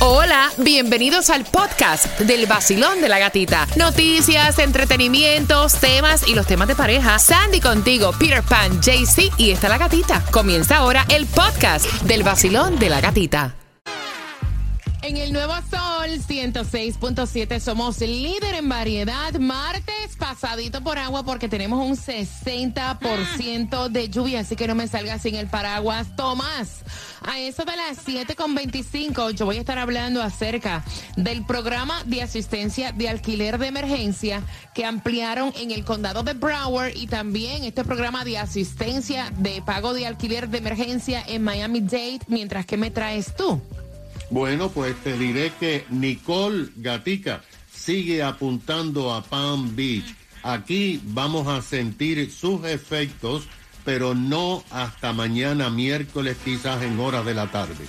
Hola, bienvenidos al podcast del Vacilón de la Gatita. Noticias, entretenimientos, temas y los temas de pareja. Sandy contigo, Peter Pan, JC y está la gatita. Comienza ahora el podcast del Vacilón de la Gatita. En el Nuevo Sol 106.7 somos líder en variedad. Martes pasadito por agua porque tenemos un 60% de lluvia, así que no me salga sin el paraguas. Tomás, a eso de las 7:25 yo voy a estar hablando acerca del programa de asistencia de alquiler de emergencia que ampliaron en el condado de Broward y también este programa de asistencia de pago de alquiler de emergencia en Miami-Dade. Mientras, ¿qué me traes tú? Bueno, pues te diré que Nicole Gatica sigue apuntando a Palm Beach. Aquí vamos a sentir sus efectos, pero no hasta mañana miércoles, quizás en horas de la tarde.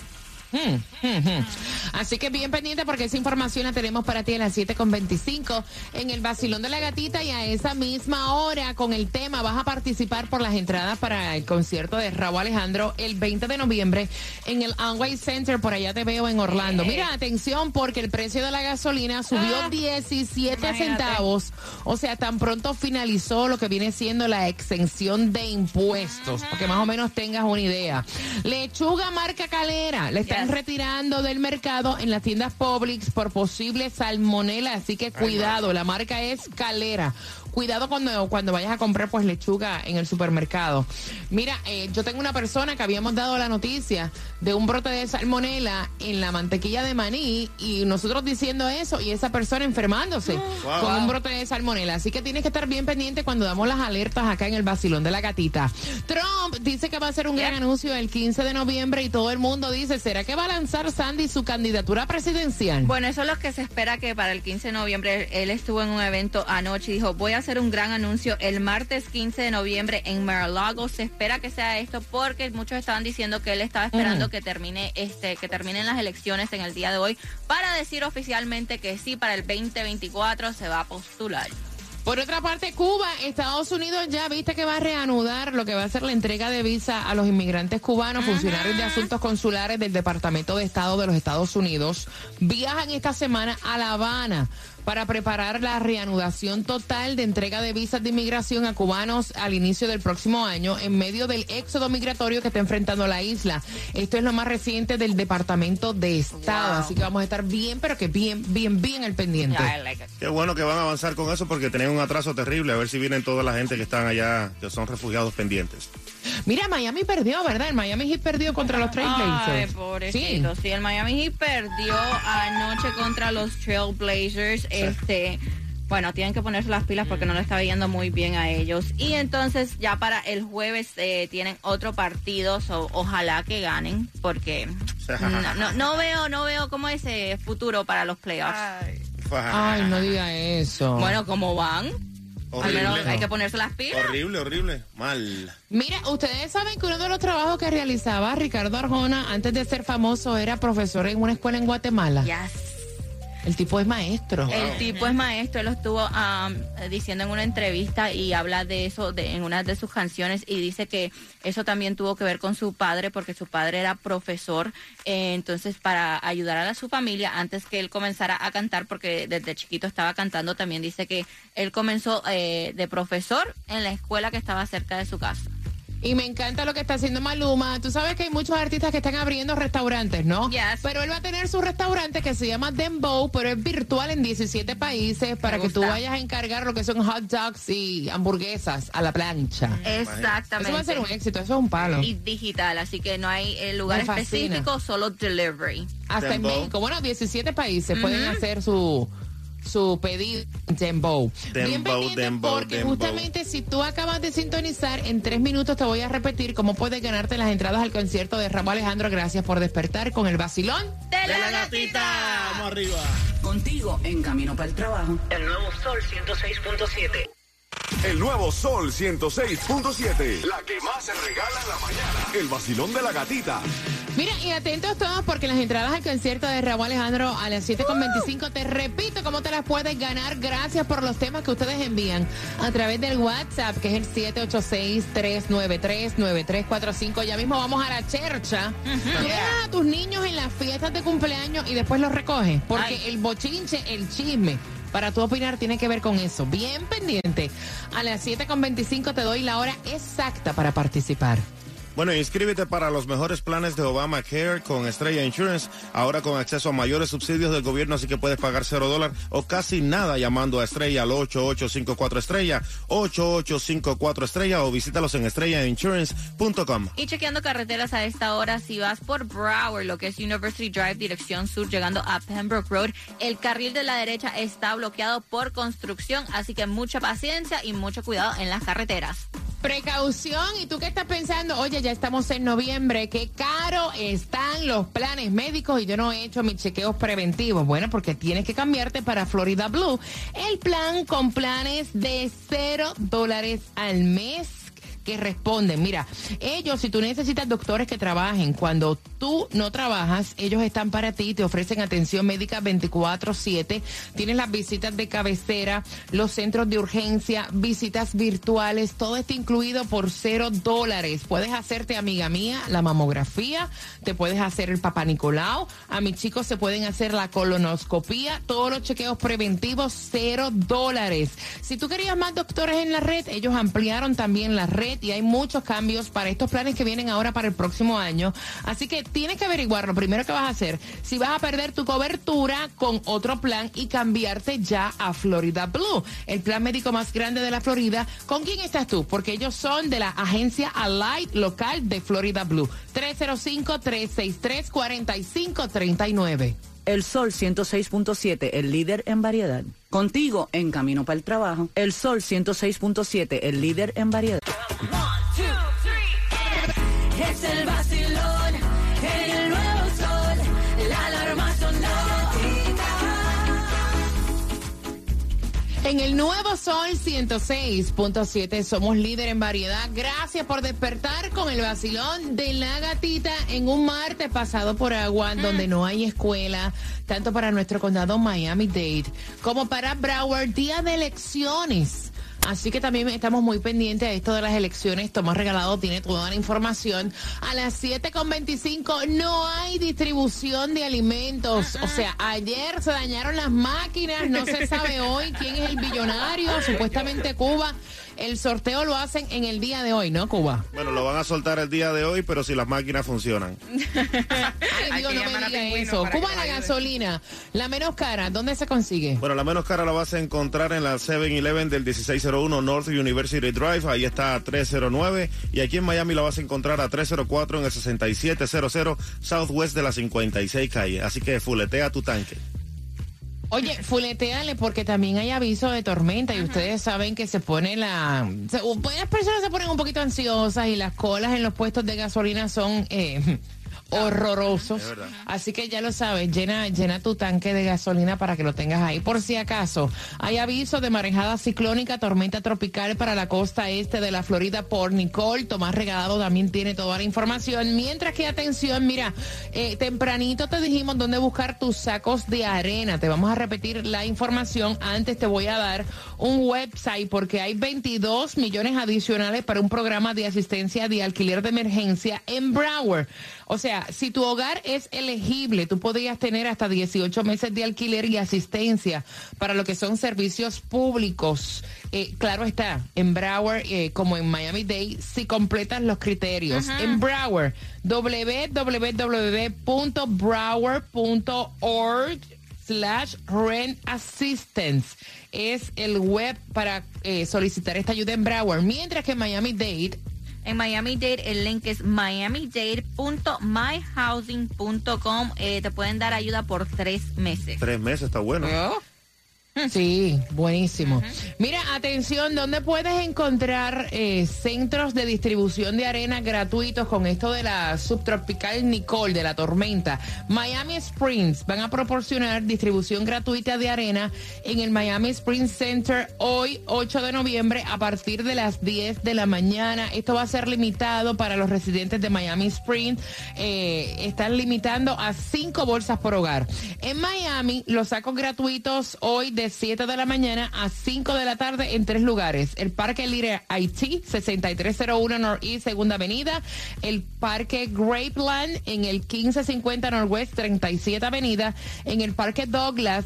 Así que bien pendiente porque esa información la tenemos para ti a las 7:25 en el Vacilón de la Gatita, y a esa misma hora con el tema vas a participar por las entradas para el concierto de Rauw Alejandro el 20 de noviembre en el Amway Center. Por allá te veo en Orlando. Mira, atención, porque el precio de la gasolina subió 17 centavos. O sea, tan pronto finalizó lo que viene siendo la exención de impuestos, para que más o menos tengas una idea. Lechuga marca Calera le están retirando del mercado en las tiendas Publix por posible salmonela, así que cuidado, la marca es Calera. Cuidado cuando vayas a comprar pues lechuga en el supermercado. Mira, yo tengo una persona que habíamos dado la noticia de un brote de salmonela en la mantequilla de maní y nosotros diciendo eso y esa persona enfermándose con un brote de salmonela. Así que tienes que estar bien pendiente cuando damos las alertas acá en el Vacilón de la Gatita. Trump dice que va a hacer un gran anuncio el 15 de noviembre y todo el mundo dice, ¿será que va a lanzar Sandy su candidatura presidencial? Bueno, eso es lo que se espera, que para el 15 de noviembre él estuvo en un evento anoche y dijo, voy a hacer un gran anuncio el martes 15 de noviembre en Mar-a-Lago. Se espera que sea esto porque muchos estaban diciendo que él estaba esperando que terminen las elecciones en el día de hoy para decir oficialmente que sí, para el 2024 se va a postular. Por otra parte, Cuba, Estados Unidos ya viste que va a reanudar lo que va a ser la entrega de visa a los inmigrantes cubanos. Funcionarios de asuntos consulares del Departamento de Estado de los Estados Unidos viajan esta semana a La Habana para preparar la reanudación total de entrega de visas de inmigración a cubanos al inicio del próximo año en medio del éxodo migratorio que está enfrentando la isla. Esto es lo más reciente del Departamento de Estado, así que vamos a estar bien, pero que bien al pendiente. Qué bueno que van a avanzar con eso porque tenían un atraso terrible, a ver si vienen toda la gente que están allá, que son refugiados pendientes. Mira, Miami perdió, ¿verdad? El Miami Heat perdió contra los Trailblazers. Ay, pobrecito. Sí, el Miami Heat perdió anoche contra los Trailblazers. Bueno, tienen que ponerse las pilas porque no le está yendo muy bien a ellos. Y entonces ya para el jueves tienen otro partido, ojalá que ganen porque no veo cómo es futuro para los playoffs. Ay, no diga eso. Bueno, ¿cómo van? Horrible. Al menos hay que ponerse las pilas. Horrible, mal. Mira, ustedes saben que uno de los trabajos que realizaba Ricardo Arjona antes de ser famoso era profesor en una escuela en Guatemala. Yes. El tipo es maestro. Wow. El tipo es maestro, él lo estuvo diciendo en una entrevista y habla de eso en una de sus canciones y dice que eso también tuvo que ver con su padre porque su padre era profesor, entonces para ayudar a su familia antes que él comenzara a cantar, porque desde chiquito estaba cantando, también dice que él comenzó de profesor en la escuela que estaba cerca de su casa. Y me encanta lo que está haciendo Maluma. Tú sabes que hay muchos artistas que están abriendo restaurantes, ¿no? Yes. Pero él va a tener su restaurante que se llama Dembow, pero es virtual en 17 países para que tú vayas a encargar lo que son hot dogs y hamburguesas a la plancha. Exactamente. Eso va a ser un éxito, eso es un palo. Y digital, así que no hay lugar específico, solo delivery. Hasta en México, 17 países pueden hacer su pedido Dembow. Bien pendiente porque justamente si tú acabas de sintonizar, en 3 minutos te voy a repetir cómo puedes ganarte las entradas al concierto de Rauw Alejandro. Gracias por despertar con el Vacilón de la Gatita. Vamos arriba. Contigo en camino para el trabajo. El Nuevo Sol 106.7. El nuevo Sol 106.7. La que más se regala en la mañana. El vacilón de la gatita. Mira, y atentos todos porque las entradas al concierto de Raúl Alejandro a las 7:25, te repito cómo te las puedes ganar. Gracias por los temas que ustedes envían a través del WhatsApp, que es el 786-393-9345. Ya mismo vamos a la chercha. Tú dejas a tus niños en las fiestas de cumpleaños y después los recoges, porque el bochinche, el chisme, para tu opinar tiene que ver con eso. Bien pendiente. A las 7:25 te doy la hora exacta para participar. Bueno, inscríbete para los mejores planes de Obamacare con Estrella Insurance, ahora con acceso a mayores subsidios del gobierno, así que puedes pagar $0 o casi nada llamando a Estrella al 8854-ESTRELLA, 8854-ESTRELLA, o visítalos en estrellainsurance.com. Y chequeando carreteras a esta hora, si vas por Broward, lo que es University Drive, dirección sur, llegando a Pembroke Road, el carril de la derecha está bloqueado por construcción, así que mucha paciencia y mucho cuidado en las carreteras. Precaución, y tú qué estás pensando, oye, ya estamos en noviembre, qué caro están los planes médicos y yo no he hecho mis chequeos preventivos. Bueno, porque tienes que cambiarte para Florida Blue, el plan con planes de $0 al mes que responden. Mira, ellos, si tú necesitas doctores que trabajen, cuando tú no trabajas, ellos están para ti, te ofrecen atención médica 24/7, tienes las visitas de cabecera, los centros de urgencia, visitas virtuales, todo está incluido por $0. Puedes hacerte, amiga mía, la mamografía, te puedes hacer el Papá Nicolau, a mis chicos se pueden hacer la colonoscopía, todos los chequeos preventivos, $0. Si tú querías más doctores en la red, ellos ampliaron también la red y hay muchos cambios para estos planes que vienen ahora para el próximo año. Así que tienes que averiguar lo primero que vas a hacer, si vas a perder tu cobertura con otro plan y cambiarte ya a Florida Blue, el plan médico más grande de la Florida. ¿Con quién estás tú? Porque ellos son de la agencia Allied local de Florida Blue. 305-363-4539. El Sol 106.7, el líder en variedad. Contigo en camino para el trabajo. El Sol 106.7, el líder en variedad. 1, 2, 3. Es el vacilón en el nuevo Sol. La alarma sonó. En el nuevo Sol 106.7 somos líder en variedad. Gracias por despertar con el vacilón de la gatita en un martes pasado por agua, donde no hay escuela, tanto para nuestro condado Miami-Dade como para Broward, día de elecciones. Así que también estamos muy pendientes a esto de las elecciones. Tomás Regalado tiene toda la información. A las 7:25 no hay distribución de alimentos. O sea, ayer se dañaron las máquinas. No se sabe hoy quién es el billonario. Supuestamente Cuba. El sorteo lo hacen en el día de hoy, ¿no, Cuba? Bueno, lo van a soltar el día de hoy, pero si las máquinas funcionan. Ay, digo, no me diga eso. Cuba, la gasolina, la menos cara, ¿dónde se consigue? Bueno, la menos cara la vas a encontrar en la 7-Eleven del 1601 North University Drive. Ahí está a $3.09. Y aquí en Miami la vas a encontrar a $3.04 en el 6700 Southwest de la 56 calle. Así que fuletea tu tanque. Oye, fuleteale porque también hay aviso de tormenta y ustedes saben que se pone las personas se ponen un poquito ansiosas y las colas en los puestos de gasolina son horrorosos. Así que ya lo sabes, llena tu tanque de gasolina para que lo tengas ahí. Por si acaso, hay aviso de marejada ciclónica, tormenta tropical para la costa este de la Florida por Nicole. Tomás Regalado también tiene toda la información. Mientras que, atención, mira, tempranito te dijimos dónde buscar tus sacos de arena. Te vamos a repetir la información. Antes te voy a dar un website porque hay 22 millones adicionales para un programa de asistencia de alquiler de emergencia en Broward. O sea, si tu hogar es elegible, tú podrías tener hasta 18 meses de alquiler y asistencia para lo que son servicios públicos. Claro está, en Broward como en Miami-Dade, si completas los criterios. En Broward, www.broward.org/rent assistance es el web para solicitar esta ayuda en Broward. Mientras que en Miami-Dade, el link es miamidade.myhousing.com. Te pueden dar ayuda por 3 meses. 3 meses, está bueno. Sí, buenísimo. Mira, atención, ¿dónde puedes encontrar centros de distribución de arena gratuitos con esto de la subtropical Nicole, de la tormenta? Miami Springs van a proporcionar distribución gratuita de arena en el Miami Springs Center hoy, 8 de noviembre, a partir de las 10 de la mañana. Esto va a ser limitado para los residentes de Miami Springs. Están limitando a 5 bolsas por hogar. En Miami, los sacos gratuitos hoy de 7 de la mañana a 5 de la tarde en 3 lugares. El Parque Little Haití, 6301 Northeast, Segunda Avenida. El Parque Grapeland en el 1550 Northwest, 37 Avenida. En el Parque Douglas,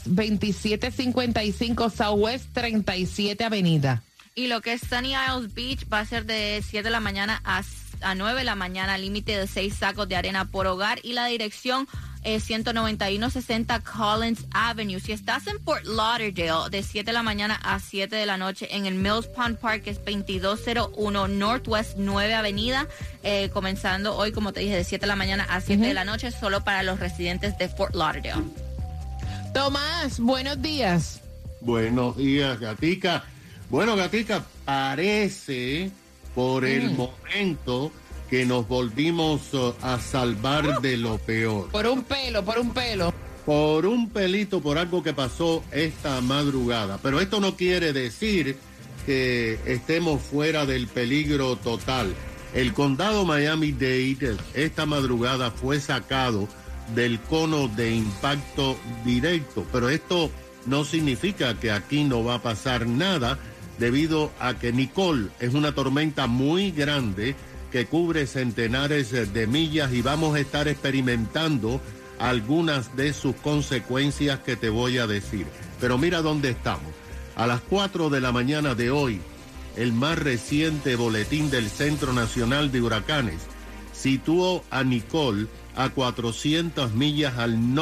2755 Southwest, 37 Avenida. Y lo que es Sunny Isles Beach va a ser de 7 de la mañana a 9 de la mañana, límite de 6 sacos de arena por hogar. Y la dirección es 19160 Collins Avenue. Si estás en Fort Lauderdale, de 7 de la mañana a 7 de la noche, en el Mills Pond Park, es 2201 Northwest 9 Avenida, comenzando hoy, como te dije, de 7 de la mañana a 7 de la noche, solo para los residentes de Fort Lauderdale. Tomás, buenos días. Buenos días, Gatica. Bueno, Gatica, parece por el momento que nos volvimos a salvar de lo peor. Por un pelo. Por un pelito, por algo que pasó esta madrugada. Pero esto no quiere decir que estemos fuera del peligro total. El condado Miami-Dade esta madrugada fue sacado del cono de impacto directo. Pero esto no significa que aquí no va a pasar nada, debido a que Nicole es una tormenta muy grande que cubre centenares de millas y vamos a estar experimentando algunas de sus consecuencias que te voy a decir. Pero mira dónde estamos. A las 4 de la mañana de hoy, el más reciente boletín del Centro Nacional de Huracanes situó a Nicole a 400 millas al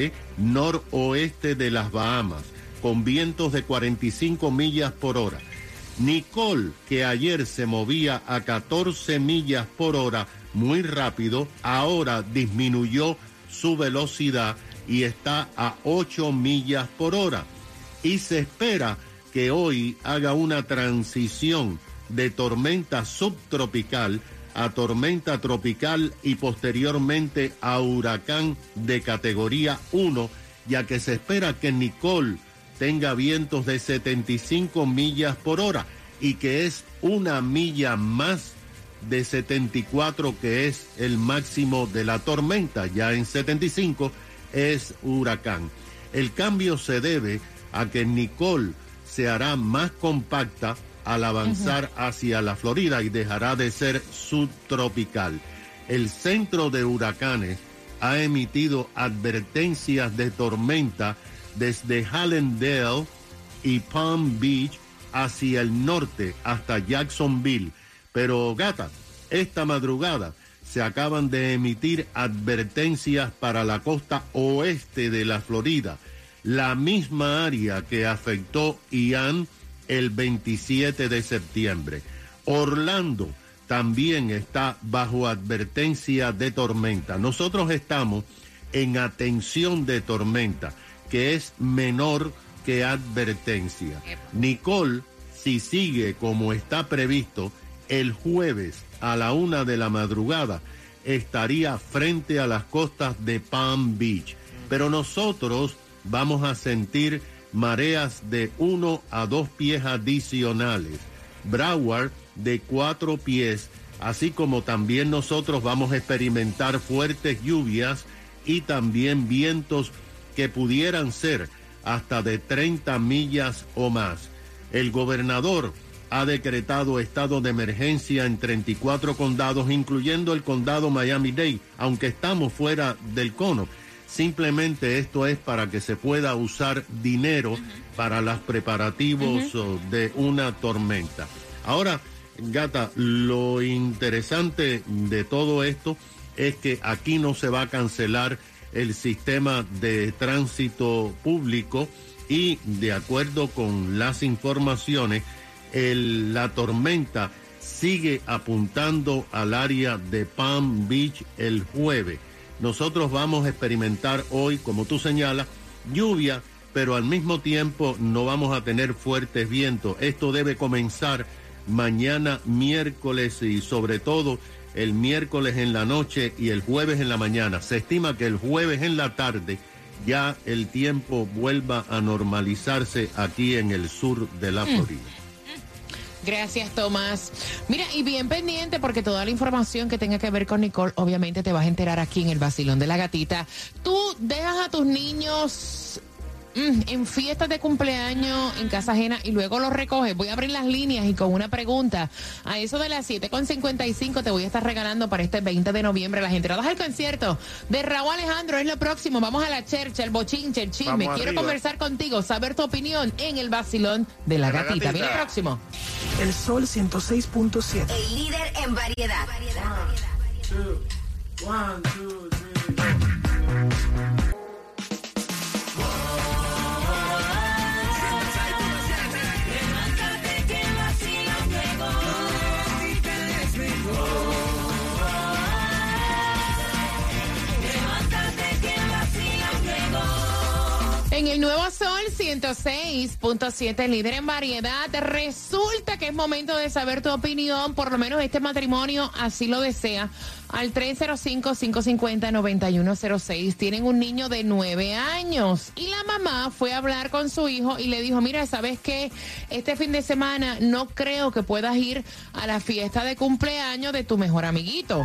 noroeste de las Bahamas, con vientos de 45 millas por hora. Nicole, que ayer se movía a 14 millas por hora, muy rápido, ahora disminuyó su velocidad y está a 8 millas por hora. Y se espera que hoy haga una transición de tormenta subtropical a tormenta tropical y posteriormente a huracán de categoría 1, ya que se espera que Nicole tenga vientos de 75 millas por hora y que es una milla más de 74, que es el máximo de la tormenta. Ya en 75 es huracán. El cambio se debe a que Nicole se hará más compacta al avanzar hacia la Florida y dejará de ser subtropical. El Centro de Huracanes ha emitido advertencias de tormenta desde Hallandale y Palm Beach hacia el norte hasta Jacksonville. Pero, Gata, esta madrugada se acaban de emitir advertencias para la costa oeste de la Florida, la misma área que afectó Ian el 27 de septiembre. Orlando también está bajo advertencia de tormenta. Nosotros estamos en atención de tormenta, que es menor que advertencia. Nicole, si sigue como está previsto, el jueves a la 1 de la madrugada estaría frente a las costas de Palm Beach. Pero nosotros vamos a sentir mareas de 1 a 2 pies adicionales, Broward de 4 pies, así como también nosotros vamos a experimentar fuertes lluvias y también vientos que pudieran ser hasta de 30 millas o más. El gobernador ha decretado estado de emergencia en 34 condados, incluyendo el condado Miami-Dade, aunque estamos fuera del cono. Simplemente esto es para que se pueda usar dinero para los preparativos de una tormenta. Ahora, Gata, lo interesante de todo esto es que aquí no se va a cancelar el sistema de tránsito público y, de acuerdo con las informaciones, la tormenta sigue apuntando al área de Palm Beach el jueves. Nosotros vamos a experimentar hoy, como tú señalas, lluvia pero al mismo tiempo no vamos a tener fuertes vientos. Esto debe comenzar mañana miércoles y sobre todo el miércoles en la noche y el jueves en la mañana. Se estima que el jueves en la tarde ya el tiempo vuelva a normalizarse aquí en el sur de la Florida. Gracias, Tomás. Mira, y bien pendiente porque toda la información que tenga que ver con Nicole, obviamente te vas a enterar aquí en el Vacilón de la Gatita. Tú dejas a tus niños en fiestas de cumpleaños en casa ajena y luego los recoges. Voy a abrir las líneas y con una pregunta. A eso de las 7:55 te voy a estar regalando para este 20 de noviembre las entradas al concierto de Raúl Alejandro. Es lo próximo. Vamos a la chercha, el bochinche, el chisme. Vamos Quiero arriba. conversar contigo, saber tu opinión en el Vacilón de la Gatita. Viene el próximo. El Sol 106.7. El líder en variedad. Levántate que el vacilón llegó. Levántate que el vacilón llegó. En el Nuevo Sol 106.7, líder en variedad. Resulta que es momento de saber tu opinión, por lo menos este matrimonio así lo desea. Al 305-550-9106 tienen un niño de 9 años y la mamá fue a hablar con su hijo y le dijo, mira, ¿sabes qué? Este fin de semana no creo que puedas ir a la fiesta de cumpleaños de tu mejor amiguito.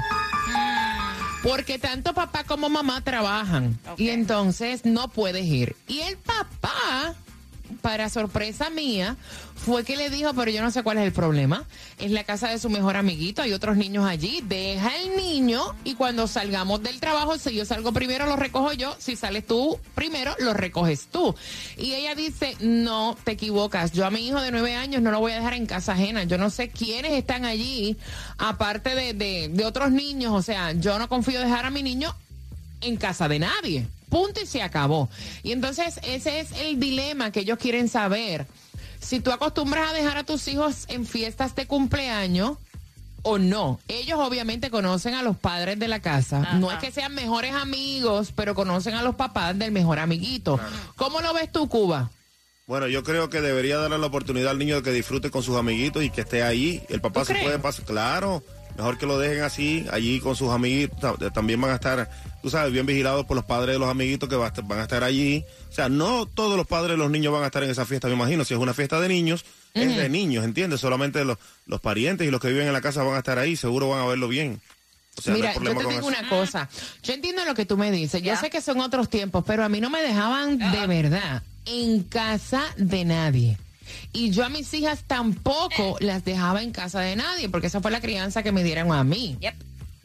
Porque tanto papá como mamá trabajan y entonces no puedes ir. Y el papá, para sorpresa mía, fue que le dijo, pero yo no sé cuál es el problema. Es la casa de su mejor amiguito, hay otros niños allí. Deja el niño y cuando salgamos del trabajo, si yo salgo primero, lo recojo yo. Si sales tú primero, lo recoges tú. Y ella dice, no, te equivocas. Yo a mi hijo de 9 años no lo voy a dejar en casa ajena. Yo no sé quiénes están allí, aparte de otros niños. O sea, yo no confío dejar a mi niño en casa de nadie. Punto y se acabó. Y entonces ese es el dilema que ellos quieren saber. Si tú acostumbras a dejar a tus hijos en fiestas de cumpleaños o no. Ellos obviamente conocen a los padres de la casa. Ajá. No es que sean mejores amigos, pero conocen a los papás del mejor amiguito. ¿Cómo lo ves tú, Cuba? Bueno, yo creo que debería darle la oportunidad al niño de que disfrute con sus amiguitos y que esté ahí. El papá ¿Tú se crees? puede pasar, claro, mejor que lo dejen así, allí con sus amiguitos. También van a estar, tú sabes, bien vigilados por los padres de los amiguitos que van a estar allí. O sea, no todos los padres de los niños van a estar en esa fiesta, me imagino. Si es una fiesta de niños, es de niños, ¿entiendes? Solamente los parientes y los que viven en la casa van a estar ahí, seguro van a verlo bien. O sea, Mira, no hay yo problema te con digo eso. una cosa. Yo entiendo lo que tú me dices. Yo Ya. sé que son otros tiempos, pero a mí no me dejaban de verdad en casa de nadie. Y yo a mis hijas tampoco las dejaba en casa de nadie, porque esa fue la crianza que me dieron a mí. Yep.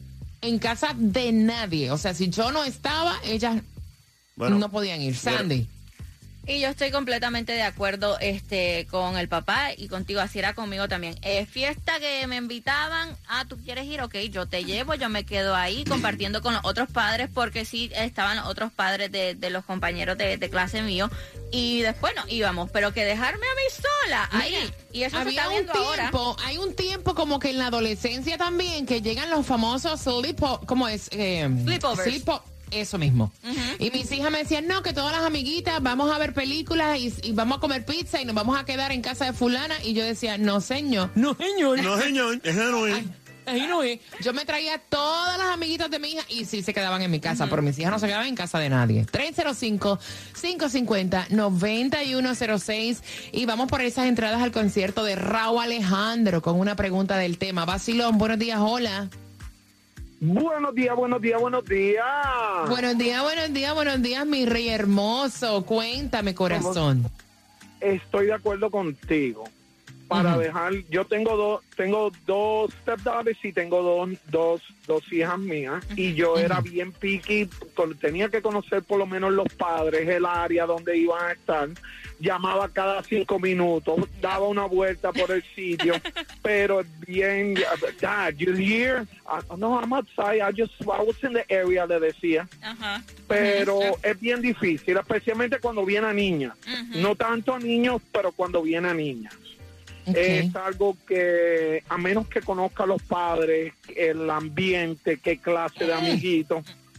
En casa de nadie. O sea, si yo no estaba, ellas Bueno, no podían ir. Sandy. Y yo estoy completamente de acuerdo con el papá y contigo, así era conmigo también. Fiesta que me invitaban, ¿tú quieres ir? Ok, yo te llevo, yo me quedo ahí compartiendo con los otros padres, porque sí estaban los otros padres de los compañeros de clase mío, y después no íbamos, pero que dejarme a mí sola ahí. Mira, Y eso se había está un viendo ahora. tiempo, hay un tiempo como que en la adolescencia también, que llegan los famosos ¿cómo es? Sleepovers. Eso mismo. Y mis hijas me decían, no, que todas las amiguitas vamos a ver películas y vamos a comer pizza y nos vamos a quedar en casa de fulana. Y yo decía, no, señor. No, señor. No, señor, ese no es. Ahí no es. Yo me traía todas las amiguitas de mi hija y sí se quedaban en mi casa, pero mis hijas no se quedaban en casa de nadie. 305-550-9106 y vamos por esas entradas al concierto de Raúl Alejandro con una pregunta del tema. Vacilón, buenos días, hola. Buenos días, buenos días, buenos días. Buenos días, buenos días, buenos días, mi rey hermoso. Cuéntame, corazón. Estoy de acuerdo contigo. Para dejar, yo tengo dos stepdaughters y tengo dos hijas mías, y yo era bien picky, tenía que conocer por lo menos los padres, el área donde iban a estar, llamaba cada 5 minutos, daba una vuelta por el sitio, pero bien, Dad, you here? No, I'm outside, I was in the area, le decía. Ajá. Pero es bien difícil, especialmente cuando viene a niñas. No tanto a niños, pero cuando viene a niñas. Okay. Es algo que, a menos que conozca a los padres, el ambiente, qué clase de amiguitos,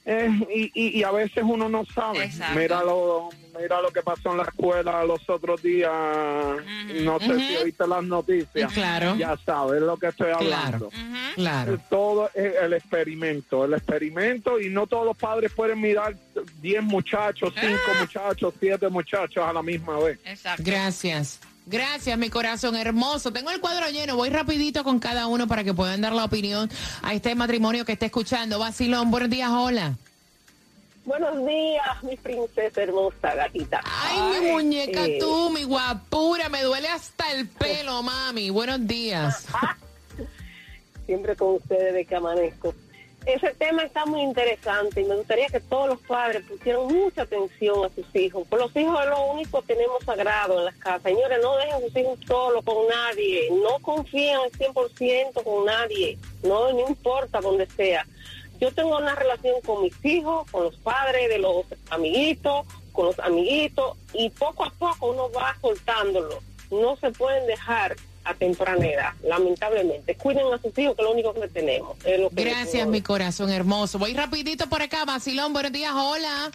y a veces uno no sabe. Exacto. Mira lo que pasó en la escuela los otros días. No sé si oíste las noticias. Claro. Ya sabes lo que estoy hablando. Claro. Todo es el experimento, y no todos los padres pueden mirar 10 muchachos, 5 muchachos, 7 muchachos a la misma vez. Exacto. Gracias. Gracias, mi corazón hermoso. Tengo el cuadro lleno. Voy rapidito con cada uno para que puedan dar la opinión a este matrimonio que esté escuchando. Vacilón, buenos días, hola. Buenos días, mi princesa hermosa, gatita. Ay, mi muñeca, tú, mi guapura. Me duele hasta el pelo, mami. Buenos días. Siempre con ustedes de que amanezco. Ese tema está muy interesante y me gustaría que todos los padres pusieran mucha atención a sus hijos. Pues los hijos es lo único que tenemos sagrado en las casas. Señores, no dejen a sus hijos solos con nadie. No confíen al 100% con nadie. No importa donde sea. Yo tengo una relación con mis hijos, con los padres de los amiguitos, con los amiguitos, y poco a poco uno va soltándolo. No se pueden dejar a temprana edad, lamentablemente. Cuiden a sus hijos, que es lo único que tenemos. Es lo que Gracias, mi corazón hermoso. Voy rapidito por acá, Vacilón, buenos días, hola.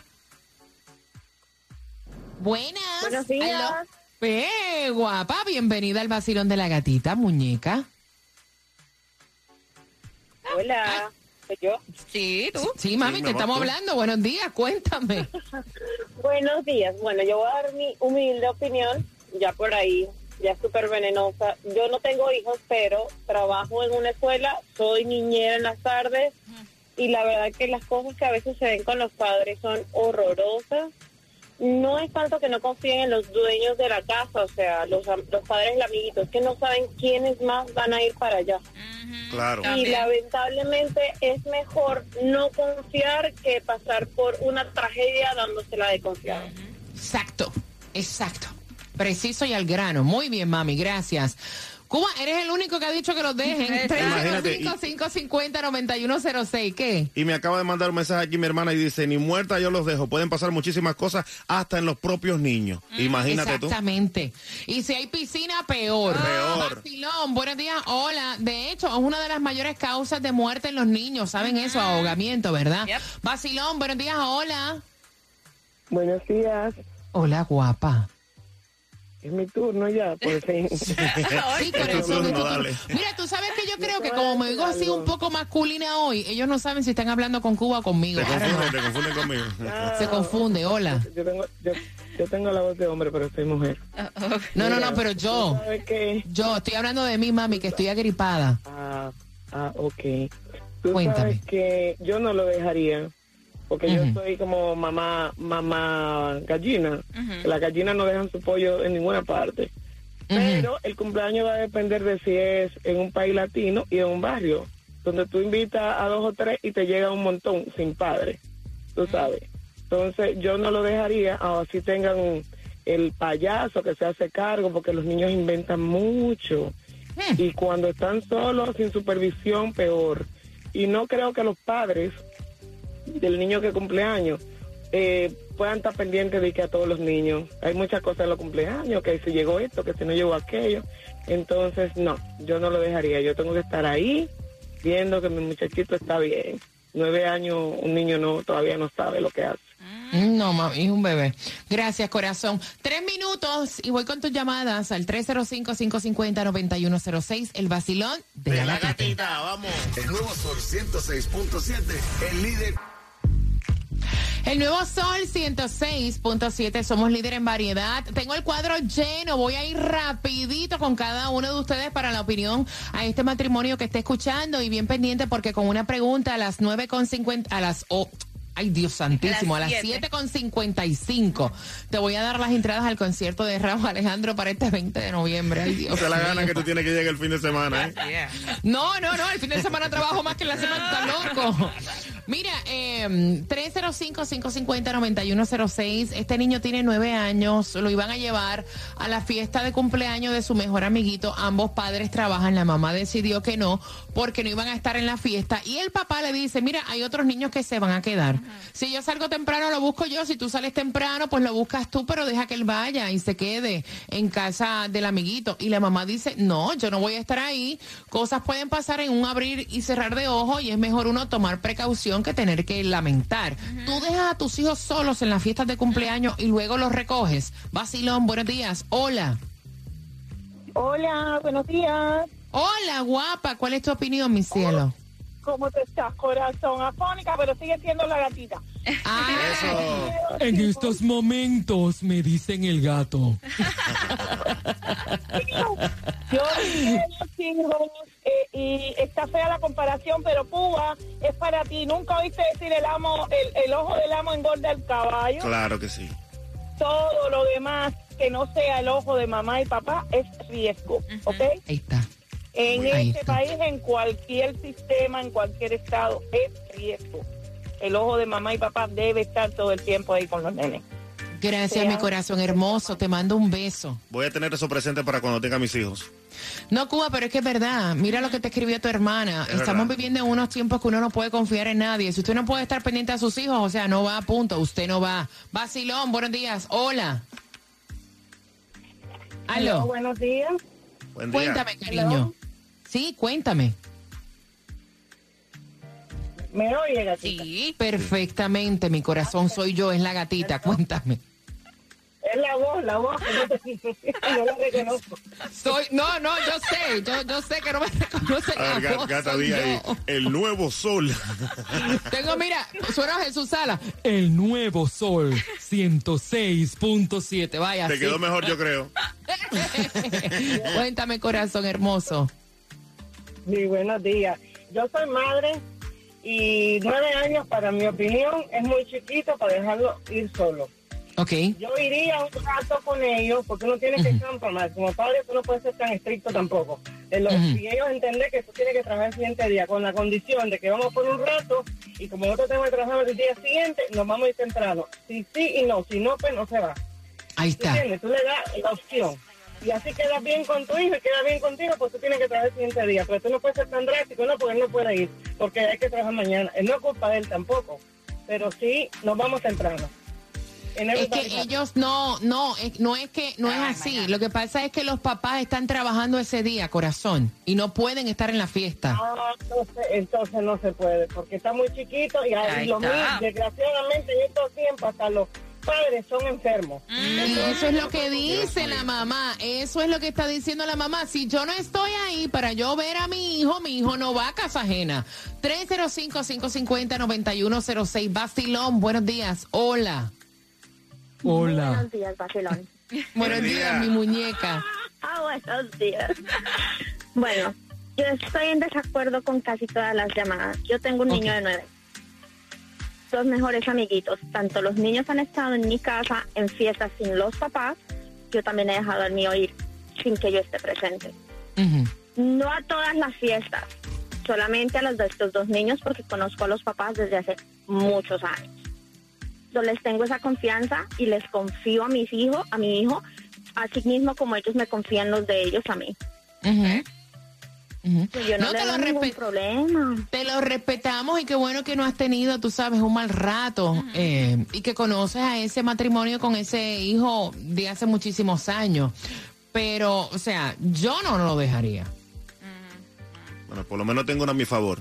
Buenas. Buenos días. Guapa, bienvenida al Vacilón de la Gatita, muñeca. Hola, ¿soy yo? Sí, tú. Sí, mami, te estamos hablando. Buenos días, cuéntame. Buenos días. Bueno, yo voy a dar mi humilde opinión, ya por ahí, ya súper venenosa. Yo no tengo hijos, pero trabajo en una escuela, soy niñera en las tardes, y la verdad que las cosas que a veces se ven con los padres son horrorosas. No es tanto que no confíen en los dueños de la casa, o sea, los padres y amiguitos, que no saben quiénes más van a ir para allá. Claro. Y lamentablemente es mejor no confiar que pasar por una tragedia dándosela de confianza. Exacto. Preciso y al grano. Muy bien, mami, gracias. Cuba, eres el único que ha dicho que los dejen. 305-550-9106. ¿Qué? Y me acaba de mandar un mensaje aquí mi hermana y dice, ni muerta yo los dejo. Pueden pasar muchísimas cosas hasta en los propios niños. Imagínate tú. Exactamente. Y si hay piscina, peor. Vacilón, buenos días. Hola. De hecho, es una de las mayores causas de muerte en los niños. ¿Saben eso? Ahogamiento, ¿verdad? Vacilón, buenos días. Hola. Buenos días. Hola, guapa. Es mi turno ya, por fin. Sí, corazón, mira, tú sabes que yo creo que como me digo así un poco masculina hoy, ellos no saben si están hablando con Cuba o conmigo. Te confunden conmigo. Se confunde, hola. Yo tengo la voz de hombre, pero soy mujer. No, pero yo estoy hablando de mí, mami, que estoy agripada. Ok. Cuéntame. Sabes que yo no lo dejaría. Porque yo soy como mamá gallina. Las gallinas no dejan su pollo en ninguna parte. Pero el cumpleaños va a depender de si es en un país latino y en un barrio, donde tú invitas a 2 o 3 y te llega un montón sin padre. Tú sabes. Entonces yo no lo dejaría, así tengan el payaso que se hace cargo, porque los niños inventan mucho. Y cuando están solos, sin supervisión, peor. Y no creo que los padres del niño que cumpleaños puedan estar pendientes de que a todos los niños hay muchas cosas en los cumpleaños, que si llegó esto, que si no llegó aquello. Entonces no, yo no lo dejaría. Yo tengo que estar ahí viendo que mi muchachito está bien. 9 años, un niño todavía no sabe lo que hace. No, mami, es un bebé. Gracias, corazón. 3 minutos y voy con tus llamadas al 305-550-9106, el vacilón de la gatita. Vamos. El nuevo Sol 106.7, el líder. El nuevo Sol 106.7, somos líder en variedad. Tengo el cuadro lleno, voy a ir rapidito con cada uno de ustedes para la opinión a este matrimonio que esté escuchando y bien pendiente porque con una pregunta a las 9:50, ay, Dios santísimo, a las 7:55 te voy a dar las entradas al concierto de Raúl Alejandro para este 20 de noviembre. Ay, Dios. Te la gana que tú tienes que llegar el fin de semana, ¿eh? No, el fin de semana trabajo más que la semana, está loco. Mira, 305-550-9106, este niño tiene 9 años, lo iban a llevar a la fiesta de cumpleaños de su mejor amiguito, ambos padres trabajan, la mamá decidió que no, porque no iban a estar en la fiesta, y el papá le dice, mira, hay otros niños que se van a quedar. Si yo salgo temprano, lo busco yo. Si tú sales temprano, pues lo buscas tú, pero deja que él vaya y se quede en casa del amiguito. Y la mamá dice, no, yo no voy a estar ahí. Cosas pueden pasar en un abrir y cerrar de ojos y es mejor uno tomar precauciones situación que tener que lamentar. Tú dejas a tus hijos solos en las fiestas de cumpleaños y luego los recoges. Vacilón, buenos días. Hola. Hola, buenos días. Hola, guapa. ¿Cuál es tu opinión, mi cielo? ¿Cómo te estás, corazón? Afónica, pero sigue siendo la gatita. Eso. En estos momentos me dicen el gato. Yo tengo hijos y está fea la comparación, pero Cuba es para ti. ¿Nunca oíste decir el ojo del amo engorda el caballo? Claro que sí. Todo lo demás que no sea el ojo de mamá y papá es riesgo, ¿ok? Ahí está. En este país, en cualquier sistema, en cualquier estado, es riesgo. El ojo de mamá y papá debe estar todo el tiempo ahí con los nenes. Gracias, mi corazón hermoso. Te mando un beso. Voy a tener eso presente para cuando tenga mis hijos. No, Cuba, pero es que es verdad. Mira lo que te escribió tu hermana. Estamos viviendo en unos tiempos que uno no puede confiar en nadie. Si usted no puede estar pendiente a sus hijos, o sea, no va, punto. Usted no va. Vacilón, buenos días. Hola. Aló. Hola, buenos días. Buen día. Cuéntame, cariño. Hello. Sí, cuéntame. ¿Me oye, gatita? Sí. Perfectamente, mi corazón. Soy yo, es la gatita. Cuéntame. Es la voz, no la reconozco. Yo sé que no me reconoce la voz. Gata, soy diga ahí, yo. el nuevo sol. Mira, suena Jesús Sala. El nuevo sol, 106.7. Vaya. Te quedó mejor, yo creo. Cuéntame, corazón hermoso. Sí, buenos días. Yo soy madre y 9 años, para mi opinión, es muy chiquito para dejarlo ir solo. Ok. Yo iría un rato con ellos porque uno tiene que estar, como padre tú no puedes ser tan estricto tampoco. Y ellos entender que tú tienes que trabajar el siguiente día con la condición de que vamos por un rato y como nosotros tenemos que trabajar el día siguiente, nos vamos a ir temprano. Si sí y no, si no, pues no se va. Ahí está. ¿Entiendes? Tú le das la opción. Y así quedas bien con tu hijo y queda bien contigo, pues tú tienes que trabajar el siguiente día. Pero tú no puedes ser tan drástico, no, porque él no puede ir, porque hay que trabajar mañana. No es culpa de él tampoco, pero sí nos vamos temprano. Es que ellos no es así. Lo que pasa es que los papás están trabajando ese día, corazón, y no pueden estar en la fiesta. Entonces no se puede, porque está muy chiquito y los niños, desgraciadamente, en estos tiempos hasta los padres son enfermos. Y eso es lo que dice la mamá. Eso es lo que está diciendo la mamá. Si yo no estoy ahí para yo ver a mi hijo no va a casa ajena. 305-550-9106. Vacilón, buenos días. Hola. Hola. Buenos días, Vacilón. Buenos días, mi muñeca. Buenos días. Bueno, yo estoy en desacuerdo con casi todas las llamadas. Yo tengo un niño de 9. Los mejores amiguitos. Tanto los niños han estado en mi casa en fiestas sin los papás. Yo también he dejado al mío ir sin que yo esté presente. No a todas las fiestas, solamente a las de estos 2 niños porque conozco a los papás desde hace muchos años. Yo les tengo esa confianza y les confío a mi hijo, así mismo como ellos me confían los de ellos a mí. Yo no le doy ningún problema. Te lo respetamos y qué bueno que no has tenido, tú sabes, un mal rato y que conoces a ese matrimonio con ese hijo de hace muchísimos años. Pero, o sea, yo no lo dejaría. Bueno, por lo menos tengo una a mi favor.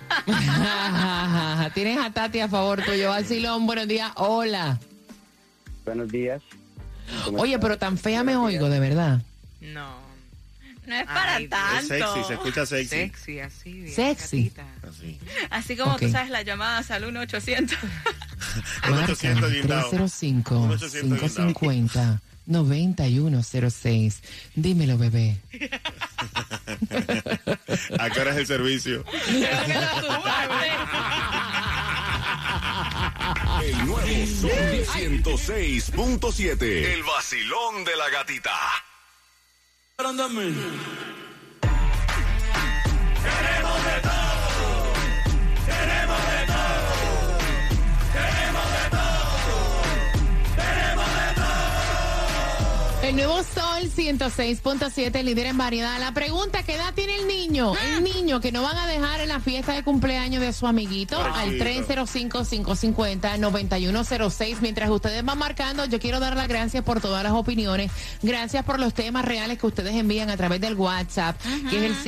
Tienes a Tati a favor tuyo. Vacilón, buenos días. Hola. Buenos días. Oye, pero tan fea me oigo, de verdad. No es para tanto. Es sexy, se escucha sexy. Sexy, así. Bien, sexy. Así como tú sabes las llamadas al 1-800. 305-550-9106. Dímelo, bebé. ¿A qué hora es el servicio? El nuevo Sol 106.7. El vacilón de la gatita. Queremos de todo. Queremos de todo. Queremos de todo. Queremos de todo. El nuevo Sol 106.7, líder en variedad. La pregunta, ¿qué edad tiene el niño? El niño que no van a dejar en la fiesta de cumpleaños de su amiguito. Al 305-550-9106. Mientras ustedes van marcando, yo quiero dar las gracias por todas las opiniones. Gracias por los temas reales que ustedes envían a través del WhatsApp, que es el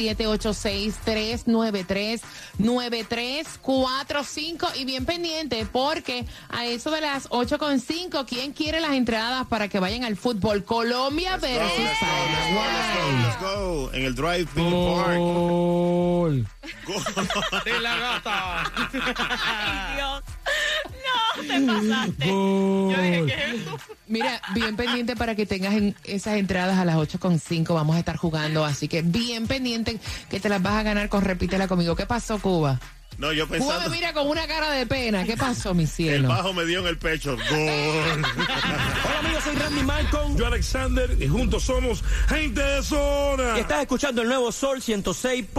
786-393-9345. Y bien pendiente, porque a eso de las 8:05, ¿quién quiere las entradas para que vayan al fútbol? Colombia versus Paraguay. Let's go. En el Drive-In Park. De la gata. Ay, Dios. No, te pasaste. Yo dije, ¿qué es esto? Mira, bien pendiente para que tengas esas entradas a las 8:05. Vamos a estar jugando, así que bien pendiente que te las vas a ganar con Repítela conmigo. ¿Qué pasó, Cuba? No, yo pensando... Cuba me mira con una cara de pena. ¿Qué pasó, mi cielo? El bajo me dio en el pecho. Gol. Hola amigos, soy Randy Malcolm. Yo Alexander y juntos somos Gente de Zona. Y estás escuchando el nuevo Sol 106.